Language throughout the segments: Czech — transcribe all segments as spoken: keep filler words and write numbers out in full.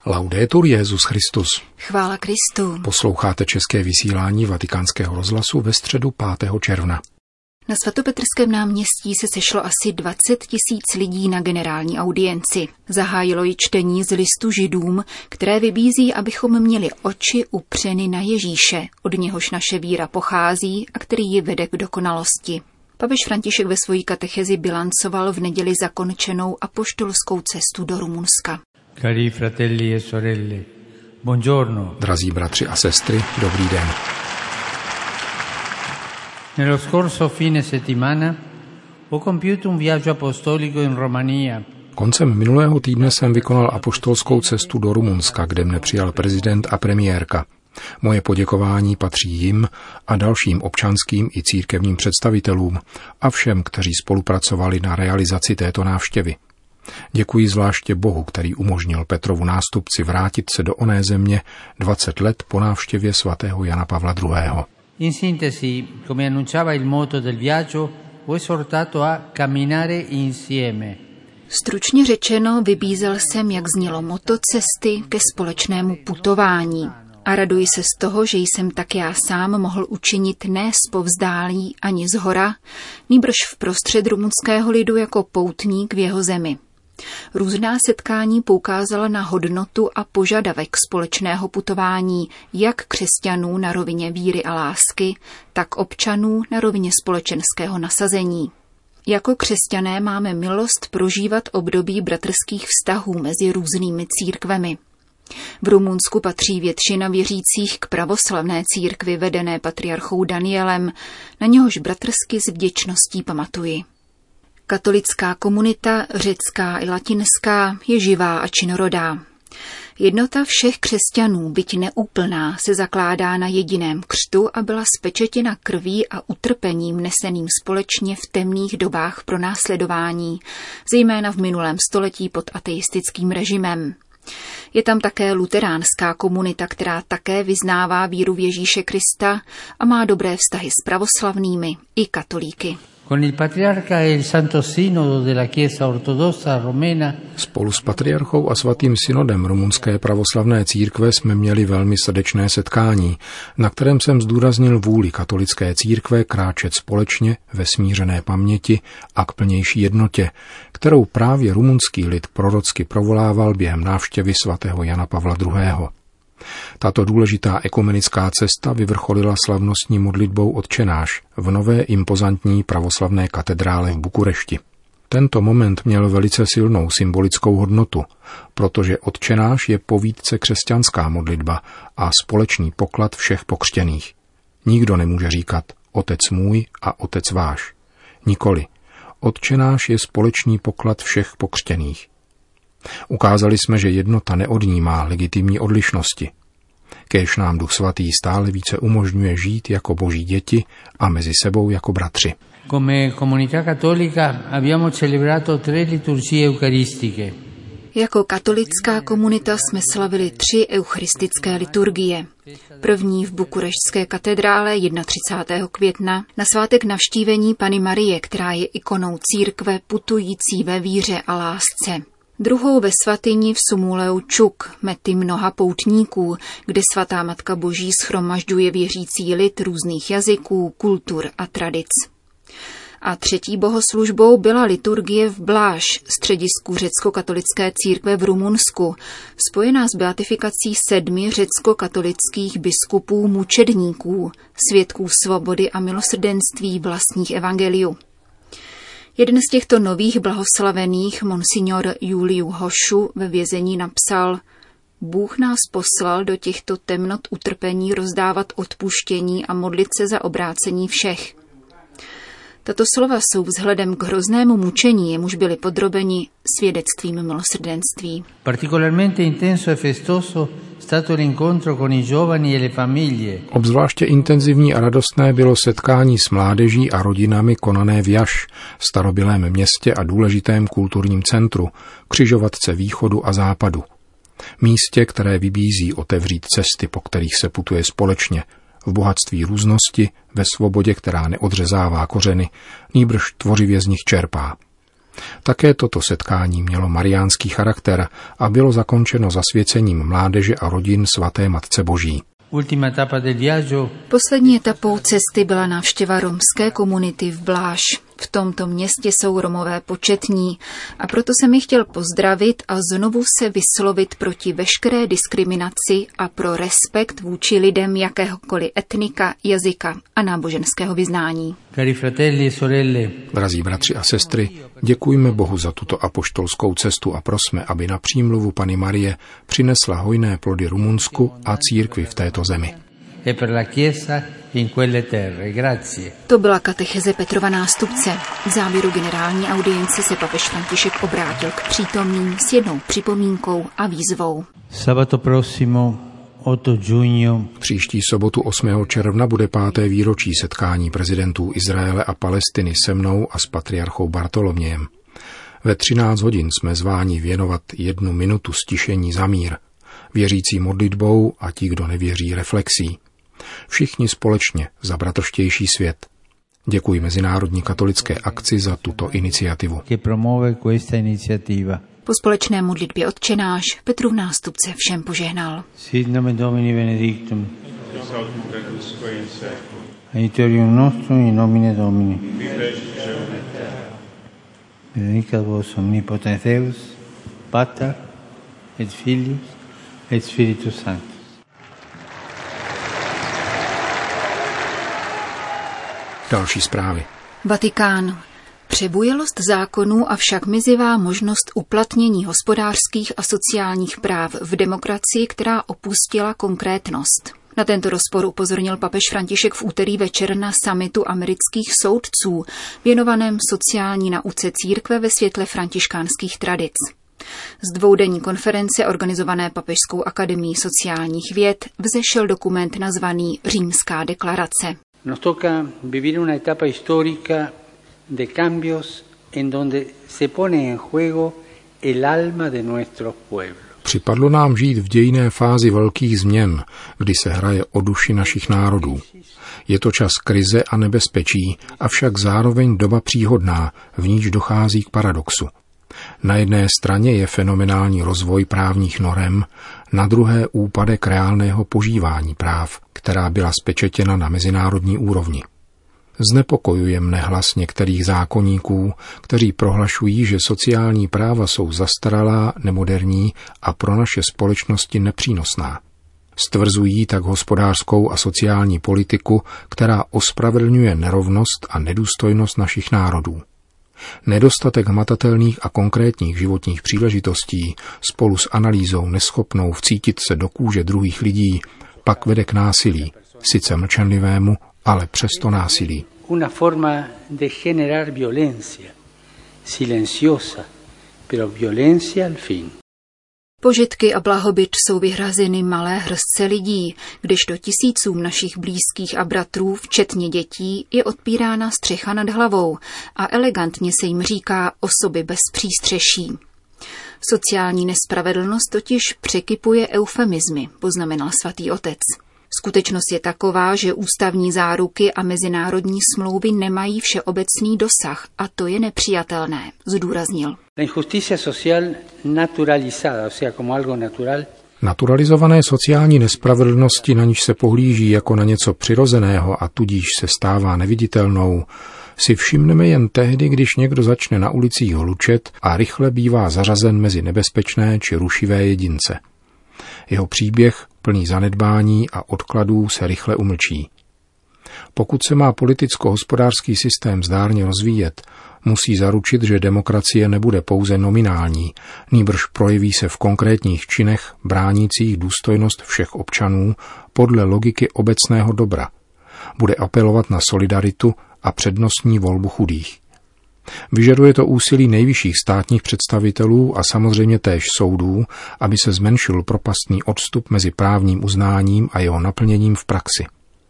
Laudetur Jesus Christus. Chvála Kristu. Posloucháte české vysílání Vatikánského rozhlasu ve středu pátého června. Na svatopetrském náměstí se sešlo asi dvacet tisíc lidí na generální audienci. Zahájilo ji čtení z listu Židům, které vybízí, abychom měli oči upřeny na Ježíše, od něhož naše víra pochází a který ji vede k dokonalosti. Papež František ve svojí katechezi bilancoval v neděli zakončenou apoštolskou cestu do Rumunska. Cari fratelli e sorelle, buongiorno. Drazí bratři a sestry, dobrý den. Nello scorso fine settimana ho compiuto un viaggio apostolico in Romania. Koncem minulého týdne jsem vykonal apoštolskou cestu do Rumunska, kde mne přijal prezident a premiérka. Moje poděkování patří jim a dalším občanským i církevním představitelům a všem, kteří spolupracovali na realizaci této návštěvy. Děkuji zvláště Bohu, který umožnil Petrovu nástupci vrátit se do oné země dvacet let po návštěvě svatého Jana Pavla druhého. In sintesi, come annunciava il motto del viaggio, ho esortato a camminare insieme. Stručně řečeno, vybízel jsem, jak znělo motto cesty, ke společnému putování. A raduji se z toho, že jsem tak já sám mohl učinit ne zpovzdálí ani zhora, nýbrž vprostřed rumunského lidu jako poutník v jeho zemi. Různá setkání poukázala na hodnotu a požadavek společného putování jak křesťanů na rovině víry a lásky, tak občanů na rovině společenského nasazení. Jako křesťané máme milost prožívat období bratrských vztahů mezi různými církvemi. V Rumunsku patří většina věřících k pravoslavné církvi vedené patriarchou Danielem, na něhož bratrsky s vděčností pamatuji. Katolická komunita, řecká i latinská, je živá a činorodá. Jednota všech křesťanů, byť neúplná, se zakládá na jediném křtu a byla spečetěna krví a utrpením neseným společně v temných dobách pronásledování, zejména v minulém století pod ateistickým režimem. Je tam také luteránská komunita, která také vyznává víru v Ježíše Krista a má dobré vztahy s pravoslavnými i katolíky. Spolu s patriarchou a svatým synodem rumunské pravoslavné církve jsme měli velmi srdečné setkání, na kterém jsem zdůraznil vůli katolické církve kráčet společně ve smířené paměti a k plnější jednotě, kterou právě rumunský lid prorocky provolával během návštěvy svatého Jana Pavla druhého. Tato důležitá ekumenická cesta vyvrcholila slavnostní modlitbou Otčenáš v nové impozantní pravoslavné katedrále v Bukurešti. Tento moment měl velice silnou symbolickou hodnotu, protože Otčenáš je povídce křesťanská modlitba a společný poklad všech pokřtěných. Nikdo nemůže říkat Otec můj a Otec váš. Nikoli. Otčenáš je společný poklad všech pokřtěných. Ukázali jsme, že jednota neodnímá legitimní odlišnosti. Kéž nám Duch Svatý stále více umožňuje žít jako boží děti a mezi sebou jako bratři. Come comunità cattolica abbiamo celebrato tre liturgie eucharistiche. Jako katolická komunita jsme slavili tři eucharistické liturgie. První v Bukurešťské katedrále třicátého prvního května na svátek navštívení Panny Marie, která je ikonou církve putující ve víře a lásce. Druhou ve svatyni v Sumuleu Čuk, mety mnoha poutníků, kde svatá Matka Boží shromažďuje věřící lid různých jazyků, kultur a tradic. A třetí bohoslužbou byla liturgie v Bláš, středisku řecko-katolické církve v Rumunsku, spojená s beatifikací sedmi řecko-katolických biskupů mučedníků, svědků svobody a milosrdenství vlastních evangeliu. Jeden z těchto nových blahoslavených, monsignor Juliu Hošu, ve vězení napsal: Bůh nás poslal do těchto temnot utrpení rozdávat odpuštění a modlit se za obrácení všech. Tato slova jsou vzhledem k hroznému mučení, jemuž byli podrobeni, svědectvím milosrdenství. Particolarmente intenso e festoso stato l'incontro con i giovani e le famiglie. Obzvláště intenzivní a radostné bylo setkání s mládeží a rodinami konané v Jaš, starobylém městě a důležitém kulturním centru, křižovatce východu a západu. Místě, které vybízí otevřít cesty, po kterých se putuje společně, v bohatství různosti, ve svobodě, která neodřezává kořeny, nýbrž tvořivě z nich čerpá. Také toto setkání mělo mariánský charakter a bylo zakončeno zasvěcením mládeže a rodin svaté Matce Boží. Poslední etapou cesty byla návštěva romské komunity v Bláš. V tomto městě jsou Romové početní a proto jsem je chtěl pozdravit a znovu se vyslovit proti veškeré diskriminaci a pro respekt vůči lidem jakéhokoliv etnika, jazyka a náboženského vyznání. Drazí bratři a sestry, děkujme Bohu za tuto apoštolskou cestu a prosme, aby na přímluvu Panny Marie přinesla hojné plody Rumunsku a církvi v této zemi. To byla katecheze Petrova nástupce. V závěru generální audience se papež František obrátil k přítomným s jednou připomínkou a výzvou. Sabato prossimo otto giugno. Příští sobotu osmého června bude páté výročí setkání prezidentů Izraele a Palestiny se mnou a s patriarchou Bartolomějem. Ve třináct hodin jsme zváni věnovat jednu minutu stišení za mír, věřící modlitbou a ti, kdo nevěří, reflexí. Všichni společně za bratrštější svět. Děkuji Mezinárodní katolické akci za tuto iniciativu. Po společné modlitbě Otčenáš Petrův nástupce všem požehnal. Sit nomen Domini benedictum. Aiutorium nostrum in nomine Domini. Benedicat vos omnipotens Deus, Pater et Filius et Spiritus Sanctus. Další zprávy. Vatikán. Přebujelost zákonů a však mizivá možnost uplatnění hospodářských a sociálních práv v demokracii, která opustila konkrétnost. Na tento rozpor upozornil papež František v úterý večer na summitu amerických soudců, věnovaném sociální nauce církve ve světle františkánských tradic. Z dvoudenní konference organizované Papežskou akademií sociálních věd vzešel dokument nazvaný Římská deklarace. Nos toca vivir una etapa histórica de cambios en donde se pone en juego el alma de nuestros pueblos. Připadlo nám žít v dějinné fázi velkých změn, kdy se hraje o duši našich národů. Je to čas krize a nebezpečí, avšak zároveň doba příhodná, v níž dochází k paradoxu. Na jedné straně je fenomenální rozvoj právních norem, na druhé úpadek reálného požívání práv, která byla spečetěna na mezinárodní úrovni. Znepokojuje mne hlas některých zákonníků, kteří prohlašují, že sociální práva jsou zastaralá, nemoderní a pro naše společnosti nepřínosná. Stvrzují tak hospodářskou a sociální politiku, která ospravedlňuje nerovnost a nedůstojnost našich národů. Nedostatek hmatatelných a konkrétních životních příležitostí spolu s analýzou neschopnou vcítit se do kůže druhých lidí pak vede k násilí, sice mlčenlivému, ale přesto násilí. Una forma de generar violencia, silenciosa, pero violencia al fin. Požitky a blahobyt jsou vyhrazeny malé hrstce lidí, kdežto tisícům našich blízkých a bratrů, včetně dětí, je odpírána střecha nad hlavou a elegantně se jim říká osoby bez přístřeší. Sociální nespravedlnost totiž překypuje eufemizmy, poznamenal svatý otec. Skutečnost je taková, že ústavní záruky a mezinárodní smlouvy nemají všeobecný dosah a to je nepřijatelné, zdůraznil. La injusticia social naturalizada, o sea, como algo natural. Naturalizované sociální nespravedlnosti, na níž se pohlíží jako na něco přirozeného a tudíž se stává neviditelnou, si všimneme jen tehdy, když někdo začne na ulicích hlučet a rychle bývá zařazen mezi nebezpečné či rušivé jedince. Jeho příběh, plný zanedbání a odkladů, se rychle umlčí. Pokud se má politicko-hospodářský systém zdárně rozvíjet, musí zaručit, že demokracie nebude pouze nominální, nýbrž projeví se v konkrétních činech bránících důstojnost všech občanů podle logiky obecného dobra. Bude apelovat na solidaritu a přednostní volbu chudých. Vyžaduje to úsilí nejvyšších státních představitelů a samozřejmě též soudů, aby se zmenšil propastný odstup mezi právním uznáním a jeho naplněním v praxi.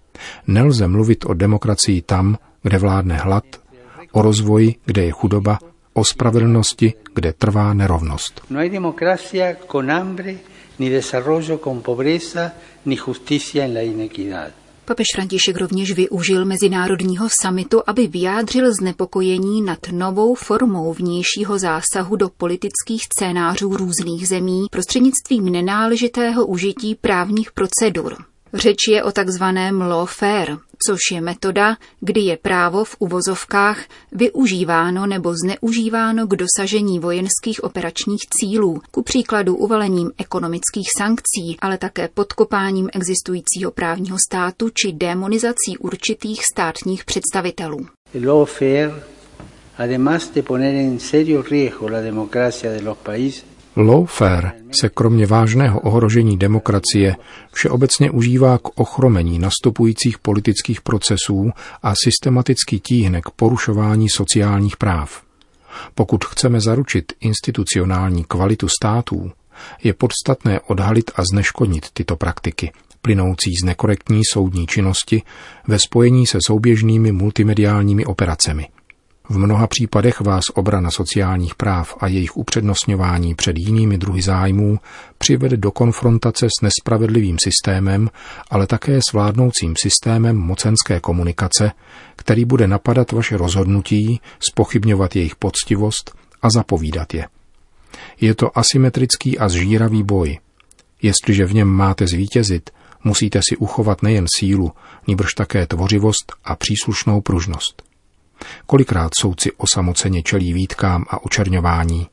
Nelze mluvit o demokracii tam, kde vládne hlad, o rozvoji, kde je chudoba, o spravedlnosti, kde trvá nerovnost. No hay democracia con hambre, ni desarrollo con pobreza, ni justicia en la inequidad. Papež František rovněž využil mezinárodního summitu, aby vyjádřil znepokojení nad novou formou vnějšího zásahu do politických scénářů různých zemí prostřednictvím nenáležitého užití právních procedur. Řeč je o takzvaném lawfare, což je metoda, kdy je právo v uvozovkách využíváno nebo zneužíváno k dosažení vojenských operačních cílů, ku příkladu uvalením ekonomických sankcí, ale také podkopáním existujícího právního státu či démonizací určitých státních představitelů. Lawfare, además de poner en serio riesgo la democracia de los países, Lawfare se kromě vážného ohrožení demokracie všeobecně užívá k ochromení nastupujících politických procesů a systematicky tíhne k porušování sociálních práv. Pokud chceme zaručit institucionální kvalitu států, je podstatné odhalit a zneškodnit tyto praktiky, plynoucí z nekorektní soudní činnosti ve spojení se souběžnými multimediálními operacemi. V mnoha případech vás obrana sociálních práv a jejich upřednostňování před jinými druhy zájmů přivede do konfrontace s nespravedlivým systémem, ale také s vládnoucím systémem mocenské komunikace, který bude napadat vaše rozhodnutí, zpochybňovat jejich poctivost a zapovídat je. Je to asymetrický a zžíravý boj. Jestliže v něm máte zvítězit, musíte si uchovat nejen sílu, nýbrž také tvořivost a příslušnou pružnost. Kolikrát soudci osamoceně čelí výtkám a očerňování.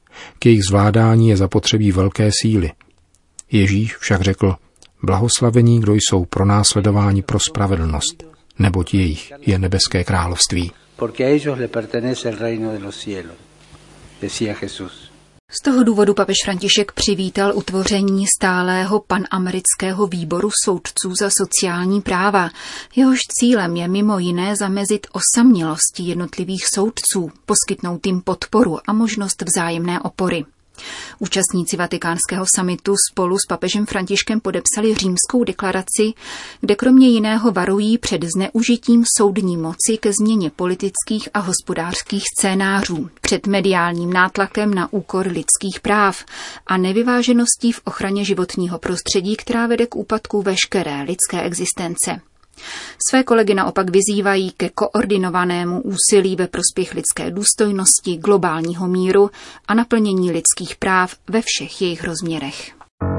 K jejich zvládání je zapotřebí velké síly. Ježíš však řekl, blahoslavení, kdo jsou pronásledováni pro spravedlnost, neboť jejich je nebeské království. Porque a ellos le pertenece el reino de los cielos, decía Jesús. Z toho důvodu papež František přivítal utvoření stálého panamerického výboru soudců za sociální práva. Jehož cílem je mimo jiné zamezit osamělosti jednotlivých soudců, poskytnout jim podporu a možnost vzájemné opory. Účastníci vatikánského summitu spolu s papežem Františkem podepsali Římskou deklaraci, kde kromě jiného varují před zneužitím soudní moci ke změně politických a hospodářských scénářů, před mediálním nátlakem na úkor lidských práv a nevyvážeností v ochraně životního prostředí, která vede k úpadku veškeré lidské existence. Své kolegy naopak vyzývají ke koordinovanému úsilí ve prospěch lidské důstojnosti, globálního míru a naplnění lidských práv ve všech jejich rozměrech.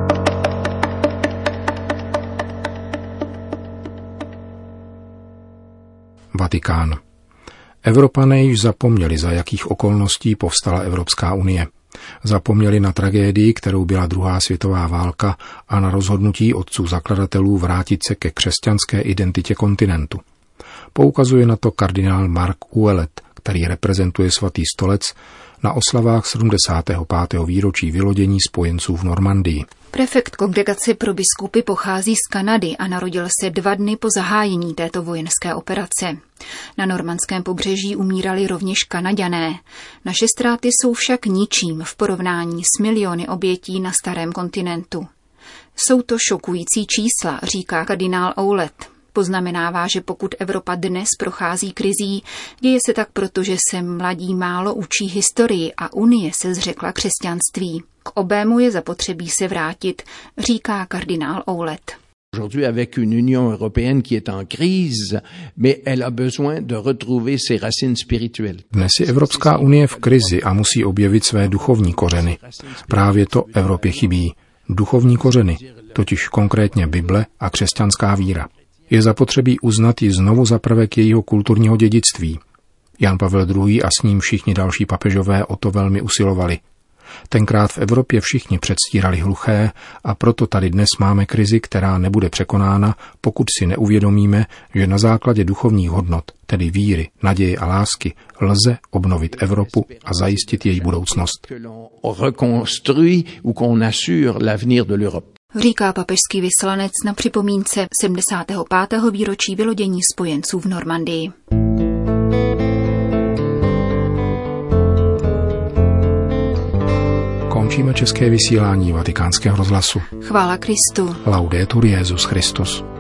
Vatikán. Evropané již zapomněli, za jakých okolností povstala Evropská unie. Zapomněli na tragédii, kterou byla druhá světová válka, a na rozhodnutí otců zakladatelů vrátit se ke křesťanské identitě kontinentu. Poukazuje na to kardinál Mark Ouellet, který reprezentuje Svatý stolec na oslavách sedmdesátého pátého výročí vylodění spojenců v Normandii. Prefekt kongregace pro biskupy pochází z Kanady a narodil se dva dny po zahájení této vojenské operace. Na normandském pobřeží umírali rovněž Kanaďané. Naše ztráty jsou však ničím v porovnání s miliony obětí na starém kontinentu. Jsou to šokující čísla, říká kardinál Ouellet. Poznamenává, že pokud Evropa dnes prochází krizí, děje se tak proto, že se mladí málo učí historii a Unie se zřekla křesťanství. K obému je zapotřebí se vrátit, říká kardinál Ouellet. Aujourd'hui, avec une Union européenne qui est en crise, mais elle a besoin de retrouver ses racines spirituelles. Dnes je Evropská unie v krizi a musí objevit své duchovní kořeny. Právě to Evropě chybí. Duchovní kořeny, totiž konkrétně Bible a křesťanská víra. Je zapotřebí uznat ji znovu za prvek jejího kulturního dědictví. Jan Pavel druhý. A s ním všichni další papežové o to velmi usilovali. Tenkrát v Evropě všichni předstírali hluché a proto tady dnes máme krizi, která nebude překonána, pokud si neuvědomíme, že na základě duchovních hodnot, tedy víry, naděje a lásky, lze obnovit Evropu a zajistit její budoucnost. Říká papežský vyslanec na připomínce sedmdesátého pátého výročí vylodění spojenců v Normandii. Končíme české vysílání Vatikánského rozhlasu. Chvála Kristu. Laudetur Jesus Christus.